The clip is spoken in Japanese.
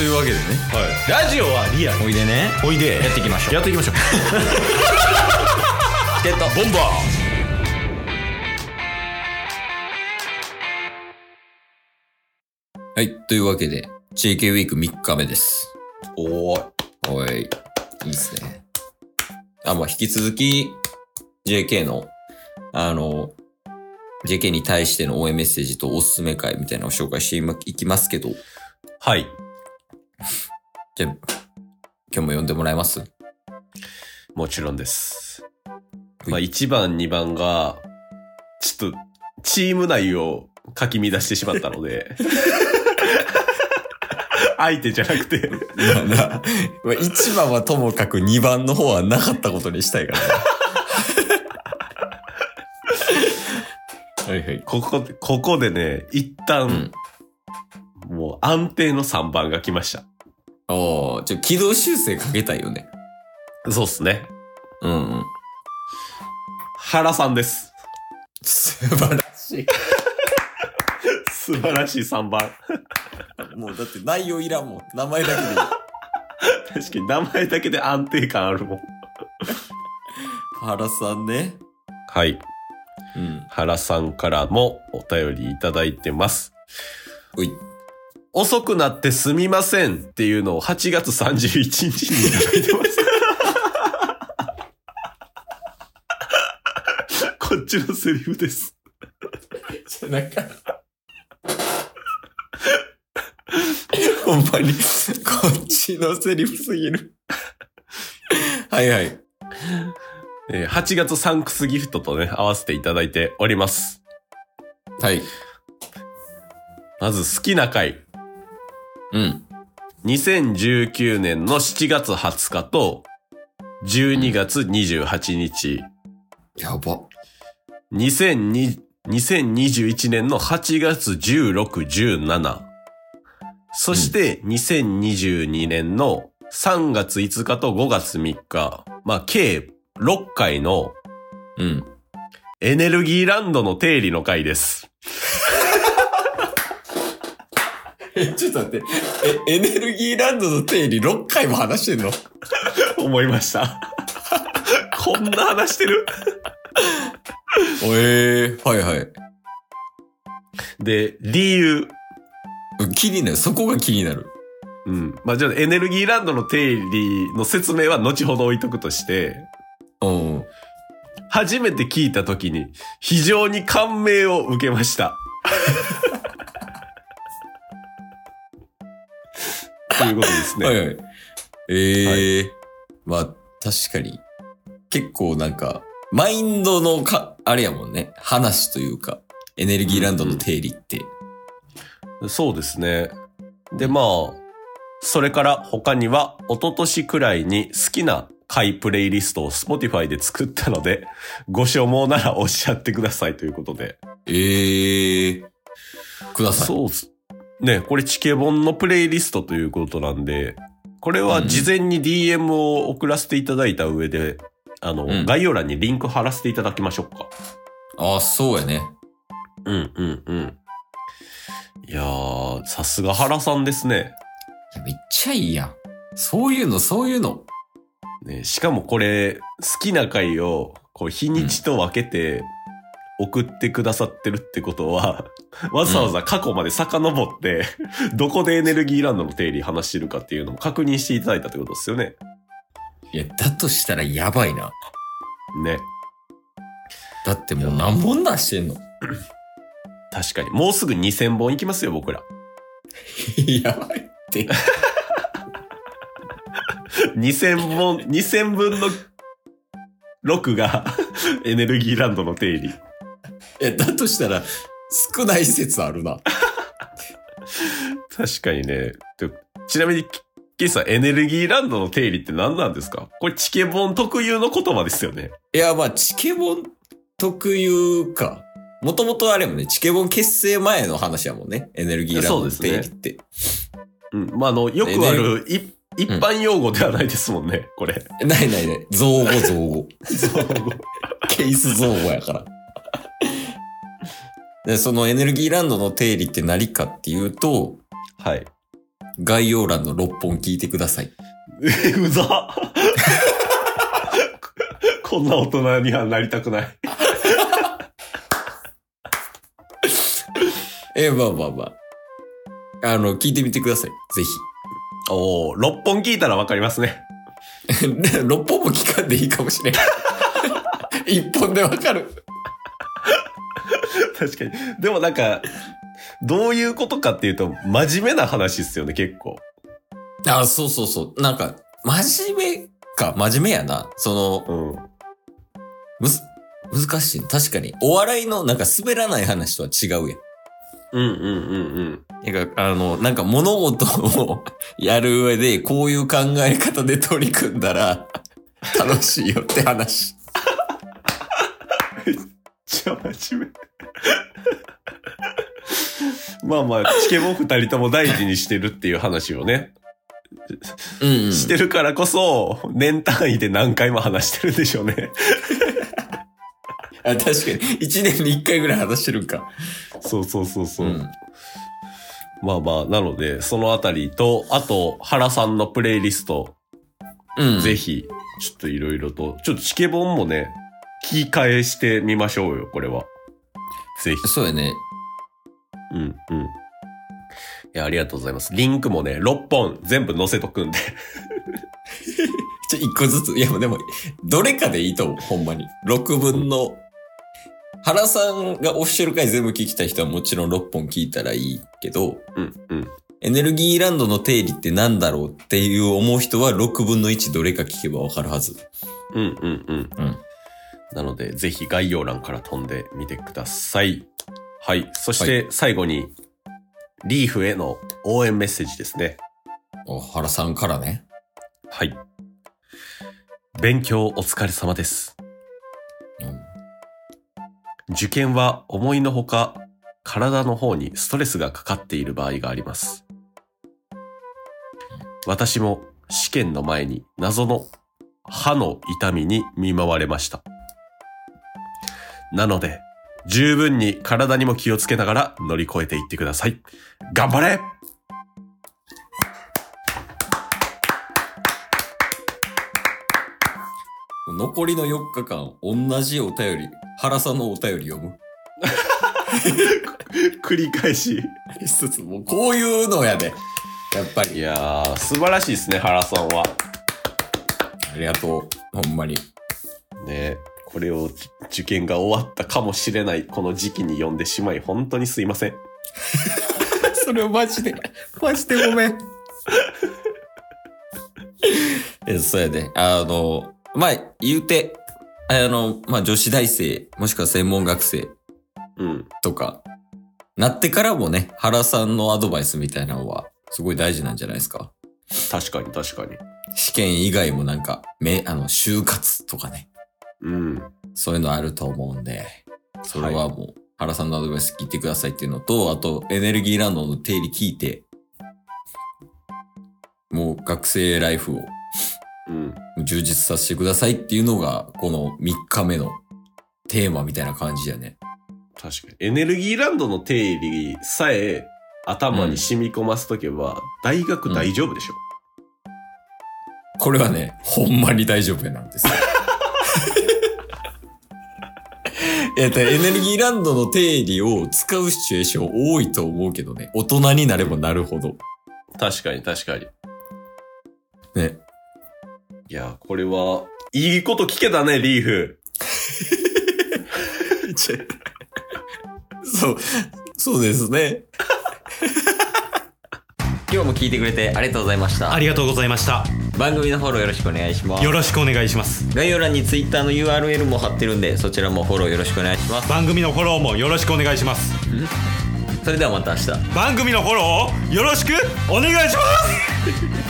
というわけでね、 ラジオはリアル。 おいでね、 おいで。 やっていきましょう。 やっていきましょう。 チケットボンバー。はい、というわけで JK ウィーク3日目です。 おーい。 おい、いいっすね。まあ引き続き JK のJK に対しての応援メッセージとおすすめ会みたいなのを紹介していきますけど、 はい。 じゃあ今日も呼んでもらえます？ もちろんです。まあ1番2番がちょっとチーム内をかき乱してしまったので相手じゃなくて 1番はともかく2番の方はなかったことにしたいからねはいはい。 ここでね、一旦、もう安定の3番が来ました。 軌道修正かけたいよね。 そうっすね。 うんうん。 原さんです。 素晴らしい。 素晴らしい3番。 もうだって内容いらんもん。名前だけでいい。 確かに名前だけで安定感あるもん。 原さんね。 はい。 うん。 原さんからもお便りいただいてます。 うい。 遅くなってすみませんっていうのを8月31日にいただいてます。こっちのセリフです。 なんかほんまにこっちのセリフすぎる。はいはい。 8月サンクスギフトとね、合わせていただいております。 はい。 まず好きな回。 うん。 2019年の7月20日と12月28日。 やば。 2021年の8月16、17。そして2022年の3月5日と5月3日。まあ、計6回のエネルギーランドの定理の回です。 ちょっと待って。エネルギーランドの定理6回も話してんの？ 思いました。こんな話してる？ はいはい。 で、理由。 気になる。そこが気になる。 うん。まあ、じゃあエネルギーランドの定理の説明は後ほど置いとくとして、初めて聞いた時に非常に感銘を受けました。ということですね。 はいはい。まあ、確かに。結構なんか、マインドのあれやもんね。話というか、エネルギーランドの定理って。 そうですね。で、まあ、それから他には、一昨年くらいに好きな回プレイリストを Spotify で作ったので、ご所望ならおっしゃってくださいということで。 ください。 そうっす。ね、これチケボンのプレイリストということなんで、これは事前に DM を送らせていただいた上で、概要欄にリンク貼らせていただきましょうか。 ああ、そうやね。 いやー、さすが原さんですね。 めっちゃいいやん。そういうの。 ね、しかもこれ、好きな回を、日にちと分けて、送ってくださってるってことは、わざわざ過去まで遡って、どこでエネルギーランドの定理話してるかっていうのも確認していただいたってことですよね。 いや、だとしたらやばいな。 ね。 だってもう何本出してんの？ 確かに。もうすぐ2000本いきますよ、僕ら。 やばいって。 2000分の6がエネルギーランドの定理。 だとしたら少ない説あるな。 確かにね。ちなみに、ケイさん、エネルギーランドの定理って何なんですか？これチケボン特有の言葉ですよね。 いや、まあ、チケボン特有か。もともとあれもね、チケボン結成前の話やもんね。エネルギーランドの定理って。 うん。まあ、よくある、一般用語ではないですもんね、これ。 ない。造語。ケース造語やから。で、そのエネルギーランドの定理って何かっていうと、 はい。 概要欄の6本聞いてください。 うざこんな大人にはなりたくない。 まあまあまあ。聞いてみてください。ぜおー、6本聞いたらわかりますね。 ひ。6本も聞かんでいいかもしれん。1本でわかる。 確かに。でもなんか、どういうことかっていうと、真面目な話っすよね、結構。 あ、そうそうそう。なんか、真面目やな。難しい。確かに。お笑いのなんか滑らない話とは違うやん。なんか物事をやる上でこういう考え方で取り組んだら楽しいよって話。 めっちゃ真面目。まあまあ、チケボン2人とも大事にしてるっていう話をね。してるからこそ、年単位で何回も話してるんでしょうね。 確かに。1年に1回ぐらい話してるんか。 そう。まあまあ、なので、そのあたりと、あと、原さんのプレイリスト、ぜひ、ちょっといろいろと、ちょっとチケボンもね、聞き返してみましょうよ、これは。ぜひ。 そうやね。 いや、ありがとうございます。リンクもね、6本全部載せとくんで。 1個ずつ。いや、でも、どれかでいいと思う、ほんまに。6分の、原さんがオフィシャル回全部聞きたい人はもちろん6本聞いたらいいけど、エネルギーランドの定理ってなんだろうっていう思う人は6分の1どれか聞けばわかるはず。 なので、ぜひ概要欄から飛んでみてください。はい。そして最後に、リーフへの応援メッセージですね。 原さんからね。 はい。勉強お疲れ様です。受験は思いのほか体の方にストレスがかかっている場合があります。私も試験の前に謎の歯の痛みに見舞われました。なので、十分に体にも気をつけながら乗り越えていってください。頑張れ！ 残りの4日間、同じお便り、原さんのお便り読む。 繰り返し。 一つ、もうこういうのやで。やっぱり。 いやー、素晴らしいですね、原さんは。 ありがとう。ほんまに。 ね、これを受験が終わったかもしれないこの時期に読んでしまい、本当にすいません。 それをマジでごめん。そうやで。まあ、言うて、まあ、女子大生、もしくは専門学生、とか、なってからもね、原さんのアドバイスみたいなのは、すごい大事なんじゃないですか。 確かに。 試験以外もなんか、就活とかね。そういうのあると思うんで、それはもう、原さんのアドバイス聞いてくださいっていうのと、あと、エネルギーランドの定理聞いて、もう学生ライフを、充実させてくださいっていうのが、この3日目のテーマみたいな感じやね。 確かに。エネルギーランドの定理さえ頭に染み込ませとけば、大学大丈夫でしょ、 これはね、ほんまに大丈夫なんですよ。エネルギーランドの定理を使うシチュエーション多いと思うけどね。大人になればなるほど。 確かに。 ね。 いや、これは、いいこと聞けたね、リーフ。 そうですね。今日も聞いてくれてありがとうございました。 ありがとうございました。 番組のフォローよろしくお願いします。 よろしくお願いします。 概要欄に Twitter の URL も貼ってるんで、そちらもフォローよろしくお願いします。 番組のフォローもよろしくお願いします。 それではまた明日。 番組のフォローをよろしくお願いします。